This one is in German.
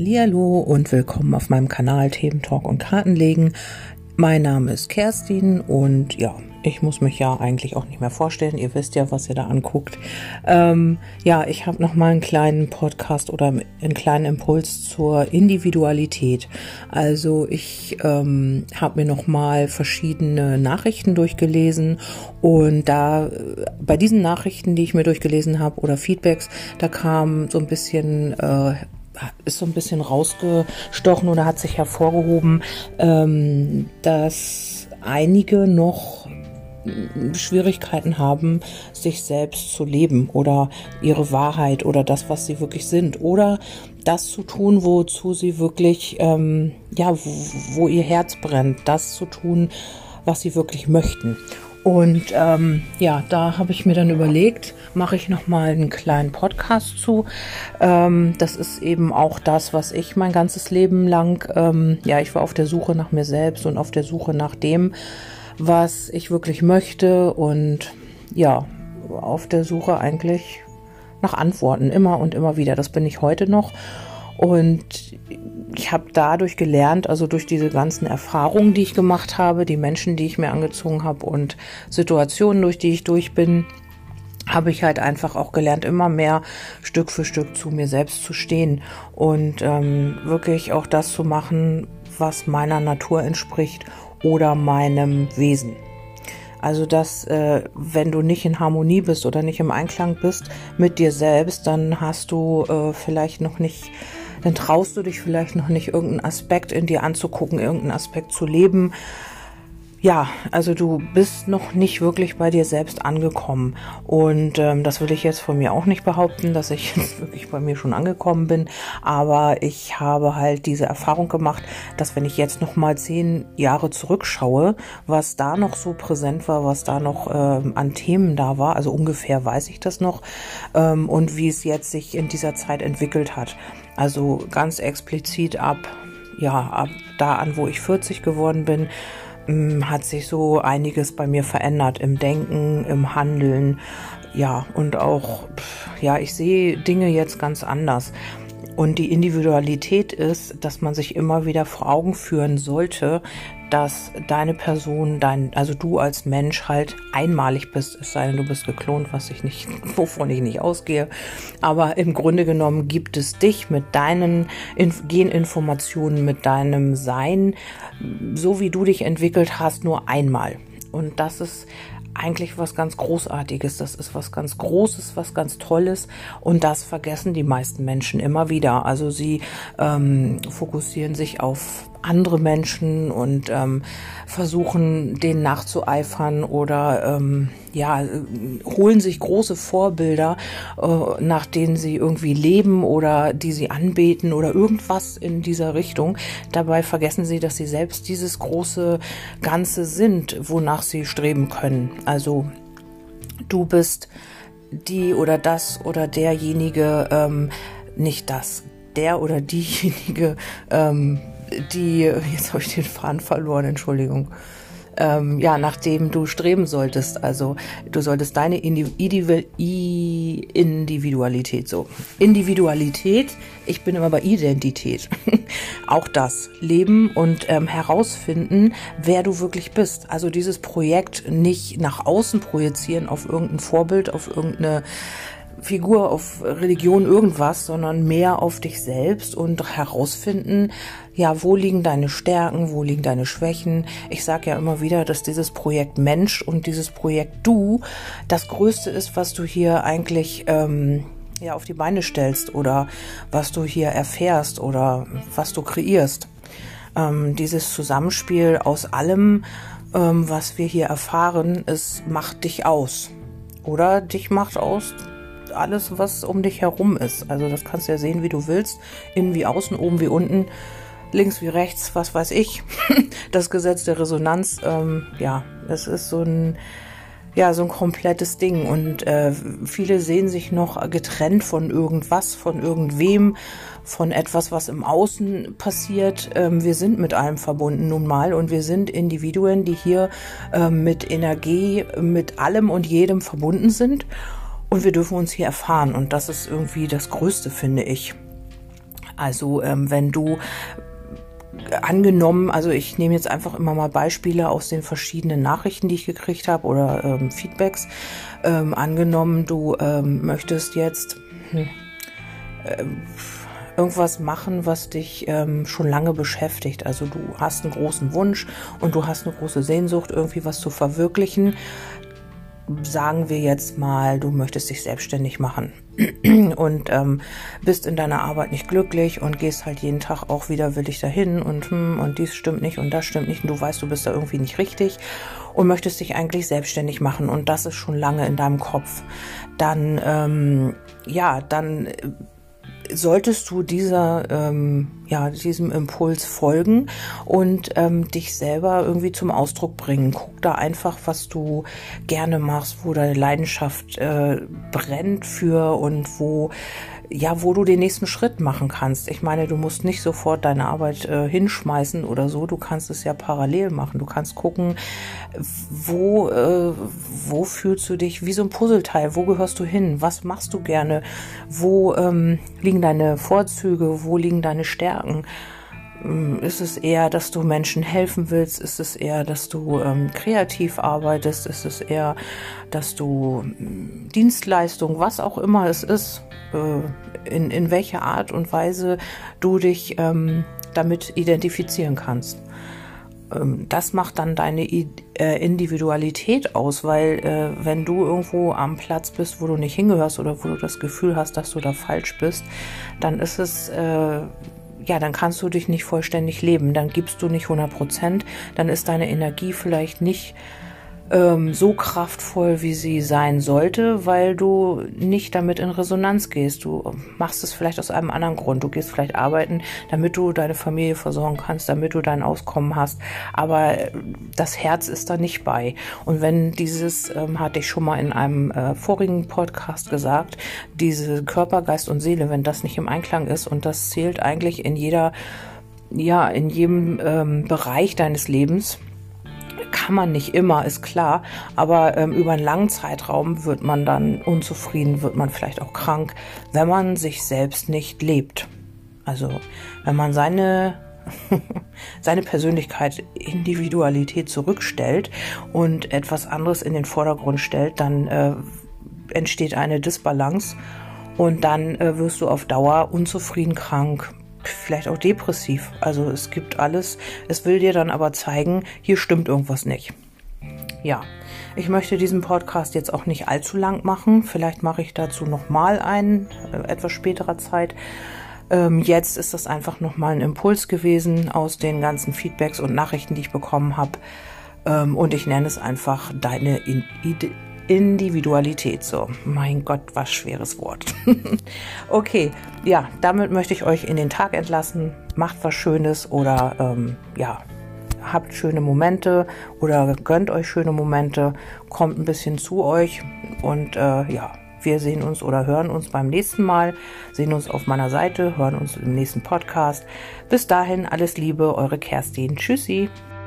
Hallihallo und willkommen auf meinem Kanal Thementalk und Kartenlegen. Mein Name ist Kerstin und ja, ich muss mich ja eigentlich auch nicht mehr vorstellen. Ihr wisst ja, was ihr da anguckt. Ich habe noch mal einen kleinen Podcast oder einen kleinen Impuls zur Individualität. Also ich habe mir noch mal verschiedene Nachrichten durchgelesen und da bei diesen Nachrichten, die ich mir durchgelesen habe oder Feedbacks, da kam so ein bisschen ist so ein bisschen rausgestochen oder hat sich hervorgehoben, dass einige noch Schwierigkeiten haben, sich selbst zu leben oder ihre Wahrheit oder das, was sie wirklich sind oder das zu tun, wozu sie wirklich, wo ihr Herz brennt, das zu tun, was sie wirklich möchten. Und da habe ich mir dann überlegt, mache ich nochmal einen kleinen Podcast zu. Das ist eben auch das, was ich mein ganzes Leben lang, ich war auf der Suche nach mir selbst und auf der Suche nach dem, was ich wirklich möchte und ja, auf der Suche eigentlich nach Antworten, immer und immer wieder. Das bin ich heute noch. Und ich habe dadurch gelernt, also durch diese ganzen Erfahrungen, die ich gemacht habe, die Menschen, die ich mir angezogen habe und Situationen, durch die ich durch bin, habe ich halt einfach auch gelernt, immer mehr Stück für Stück zu mir selbst zu stehen und wirklich auch das zu machen, was meiner Natur entspricht oder meinem Wesen. Also dass, wenn du nicht in Harmonie bist oder nicht im Einklang bist mit dir selbst, dann hast du dann traust du dich vielleicht noch nicht, irgendeinen Aspekt in dir anzugucken, irgendeinen Aspekt zu leben. Ja, also du bist noch nicht wirklich bei dir selbst angekommen und das will ich jetzt von mir auch nicht behaupten, dass ich jetzt wirklich bei mir schon angekommen bin, aber ich habe halt diese Erfahrung gemacht, dass wenn ich jetzt noch mal 10 Jahre zurückschaue, was da noch so präsent war, was da noch an Themen da war, also ungefähr weiß ich das noch und wie es jetzt sich in dieser Zeit entwickelt hat. Also ganz explizit ab da an, wo ich 40 geworden bin, hat sich so einiges bei mir verändert im Denken, im Handeln, ja, und auch, ich sehe Dinge jetzt ganz anders. Und die Individualität ist, dass man sich immer wieder vor Augen führen sollte, dass deine Person, also du als Mensch halt einmalig bist, es sei denn, du bist geklont, wovon ich nicht ausgehe. Aber im Grunde genommen gibt es dich mit deinen Geninformationen, mit deinem Sein, so wie du dich entwickelt hast, nur einmal. Und das ist eigentlich was ganz Großartiges, das ist was ganz Großes, was ganz Tolles und das vergessen die meisten Menschen immer wieder. Also sie fokussieren sich auf andere Menschen und versuchen denen nachzueifern oder holen sich große Vorbilder, nach denen sie irgendwie leben oder die sie anbeten oder irgendwas in dieser Richtung. Dabei vergessen sie, dass sie selbst dieses große Ganze sind, wonach sie streben können. Also du bist die oder das oder derjenige, nicht das, der oder diejenige, jetzt habe ich den Faden verloren, Entschuldigung, nachdem du streben solltest. Also du solltest deine Individualität, ich bin immer bei Identität, auch das leben und herausfinden, wer du wirklich bist. Also dieses Projekt nicht nach außen projizieren auf irgendein Vorbild, auf irgendeine Figur, auf Religion, irgendwas, sondern mehr auf dich selbst und herausfinden, wo liegen deine Stärken, wo liegen deine Schwächen. Ich sage ja immer wieder, dass dieses Projekt Mensch und dieses Projekt Du das Größte ist, was du hier eigentlich auf die Beine stellst oder was du hier erfährst oder was du kreierst. Dieses Zusammenspiel aus allem, was wir hier erfahren, es macht dich aus. Oder dich macht aus alles, was um dich herum ist. Also das kannst du ja sehen, wie du willst. Innen wie außen, oben wie unten, links wie rechts, was weiß ich. Das Gesetz der Resonanz, es ist so ein komplettes Ding. Und viele sehen sich noch getrennt von irgendwas, von irgendwem, von etwas, was im Außen passiert. Wir sind mit allem verbunden nun mal und wir sind Individuen, die hier mit Energie, mit allem und jedem verbunden sind. Und wir dürfen uns hier erfahren und das ist irgendwie das Größte, finde ich. Also wenn du angenommen, also ich nehme jetzt einfach immer mal Beispiele aus den verschiedenen Nachrichten, die ich gekriegt habe oder Feedbacks. Angenommen, du möchtest jetzt irgendwas machen, was dich schon lange beschäftigt. Also du hast einen großen Wunsch und du hast eine große Sehnsucht, irgendwie was zu verwirklichen. Sagen wir jetzt mal, du möchtest dich selbstständig machen und bist in deiner Arbeit nicht glücklich und gehst halt jeden Tag auch widerwillig dahin und dies stimmt nicht und das stimmt nicht und du weißt, du bist da irgendwie nicht richtig und möchtest dich eigentlich selbstständig machen und das ist schon lange in deinem Kopf. Dann, dann solltest du diesem Impuls folgen und dich selber irgendwie zum Ausdruck bringen. Guck da einfach, was du gerne machst, wo deine Leidenschaft brennt für und wo du den nächsten Schritt machen kannst. Ich meine, du musst nicht sofort deine Arbeit hinschmeißen oder so. Du kannst es ja parallel machen. Du kannst gucken, wo fühlst du dich wie so ein Puzzleteil? Wo gehörst du hin? Was machst du gerne? Wo liegen deine Vorzüge? Wo liegen deine Stärken? Ist es eher, dass du Menschen helfen willst? Ist es eher, dass du kreativ arbeitest? Ist es eher, dass du Dienstleistung, was auch immer es ist, in welcher Art und Weise du dich damit identifizieren kannst? Das macht dann deine Individualität aus, weil wenn du irgendwo am Platz bist, wo du nicht hingehörst oder wo du das Gefühl hast, dass du da falsch bist, dann ist es dann kannst du dich nicht vollständig leben, dann gibst du nicht 100%, dann ist deine Energie vielleicht nicht so kraftvoll, wie sie sein sollte, weil du nicht damit in Resonanz gehst. Du machst es vielleicht aus einem anderen Grund. Du gehst vielleicht arbeiten, damit du deine Familie versorgen kannst, damit du dein Auskommen hast, aber das Herz ist da nicht bei. Und wenn hatte ich schon mal in einem vorigen Podcast gesagt, diese Körper, Geist und Seele, wenn das nicht im Einklang ist, und das zählt eigentlich in jedem Bereich deines Lebens, kann man nicht immer, ist klar, aber über einen langen Zeitraum wird man dann unzufrieden, wird man vielleicht auch krank, wenn man sich selbst nicht lebt. Also wenn man seine Persönlichkeit, Individualität zurückstellt und etwas anderes in den Vordergrund stellt, dann entsteht eine Disbalance und dann wirst du auf Dauer unzufrieden, krank, vielleicht auch depressiv. Also es gibt alles. Es will dir dann aber zeigen, hier stimmt irgendwas nicht. Ja, ich möchte diesen Podcast jetzt auch nicht allzu lang machen. Vielleicht mache ich dazu nochmal einen, etwas späterer Zeit. Jetzt ist das einfach nochmal ein Impuls gewesen aus den ganzen Feedbacks und Nachrichten, die ich bekommen habe. Und ich nenne es einfach deine Individualität. So, mein Gott, was schweres Wort. Okay, ja, damit möchte ich euch in den Tag entlassen. Macht was Schönes oder habt schöne Momente oder gönnt euch schöne Momente. Kommt ein bisschen zu euch und wir sehen uns oder hören uns beim nächsten Mal. Sehen uns auf meiner Seite, hören uns im nächsten Podcast. Bis dahin, alles Liebe, eure Kerstin. Tschüssi.